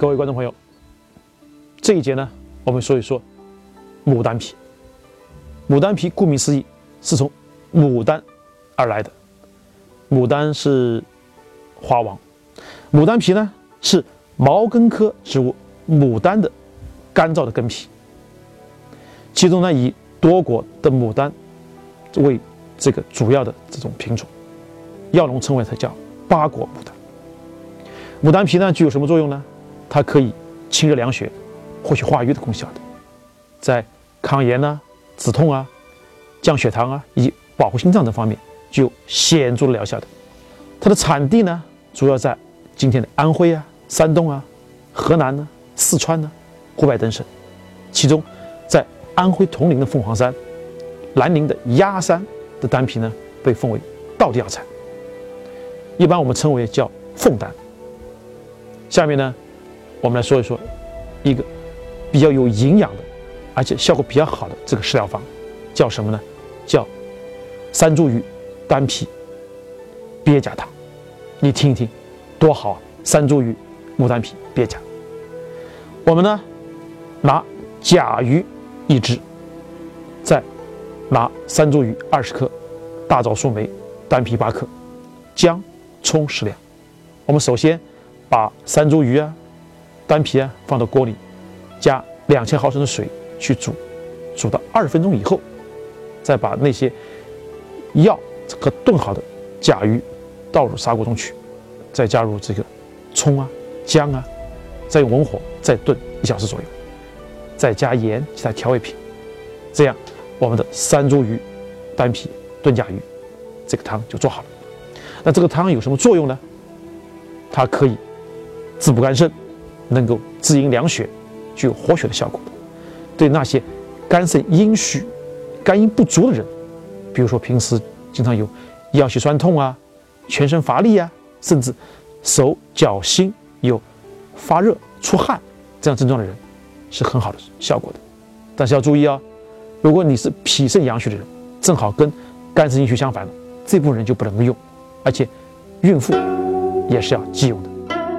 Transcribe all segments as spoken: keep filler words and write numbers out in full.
各位观众朋友，这一节呢，我们说一说牡丹皮。牡丹皮顾名思义是从牡丹而来的，牡丹是花王，牡丹皮呢是毛茛科植物牡丹的干燥的根皮，其中呢以多果的牡丹为这个主要的这种品种，药农称为它叫八果牡丹。牡丹皮呢具有什么作用呢？它可以清热凉血、活血化瘀的功效的，在抗炎啊、止痛啊、降血糖啊以及保护心脏等方面具有显著的疗效的。它的产地呢主要在今天的安徽啊、山东啊、河南呢、四川呢、湖北等省，其中在安徽铜陵的凤凰山、南宁的鸭山的丹皮呢被奉为道地药材，一般我们称为叫凤丹。下面呢我们来说一说一个比较有营养的而且效果比较好的这个食疗方，叫什么呢？叫山茱萸丹皮鳖甲汤。你听一听多好啊，山茱萸牡丹皮鳖甲。我们呢拿甲鱼一只，再拿山茱萸二十克，大枣树莓丹皮八克，姜葱适量。我们首先把山茱萸啊、丹皮啊放到锅里，加两千毫升的水去煮，煮到二十分钟以后，再把那些药和炖好的甲鱼倒入砂锅中去，再加入这个葱啊、姜啊，再用文火再炖一小时左右，再加盐其他调味品，这样我们的山茱萸丹皮炖甲鱼这个汤就做好了。那这个汤有什么作用呢？它可以滋补肝肾，能够滋阴凉血，具有活血的效果。对那些肝肾阴虚、肝阴不足的人，比如说平时经常有腰膝酸痛啊、全身乏力啊，甚至手脚心有发热、出汗这样症状的人，是很好的效果的。但是要注意啊，如果你是脾肾阳虚的人，正好跟肝肾阴虚相反的，这部分人就不能用，而且孕妇也是要忌用的。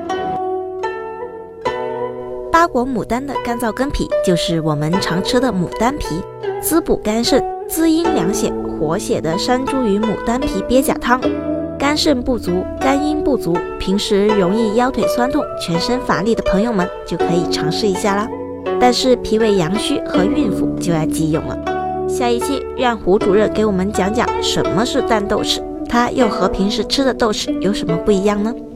八果牡丹的干燥根皮就是我们常吃的牡丹皮，滋补肝肾、滋阴凉血、活血的山茱萸牡丹皮鳖甲汤。肝肾不足、肝阴不足，平时容易腰腿酸痛、全身乏力的朋友们就可以尝试一下啦。但是脾胃阳虚和孕妇就要忌用了。下一期让胡主任给我们讲讲什么是淡豆豉，它又和平时吃的豆豉有什么不一样呢？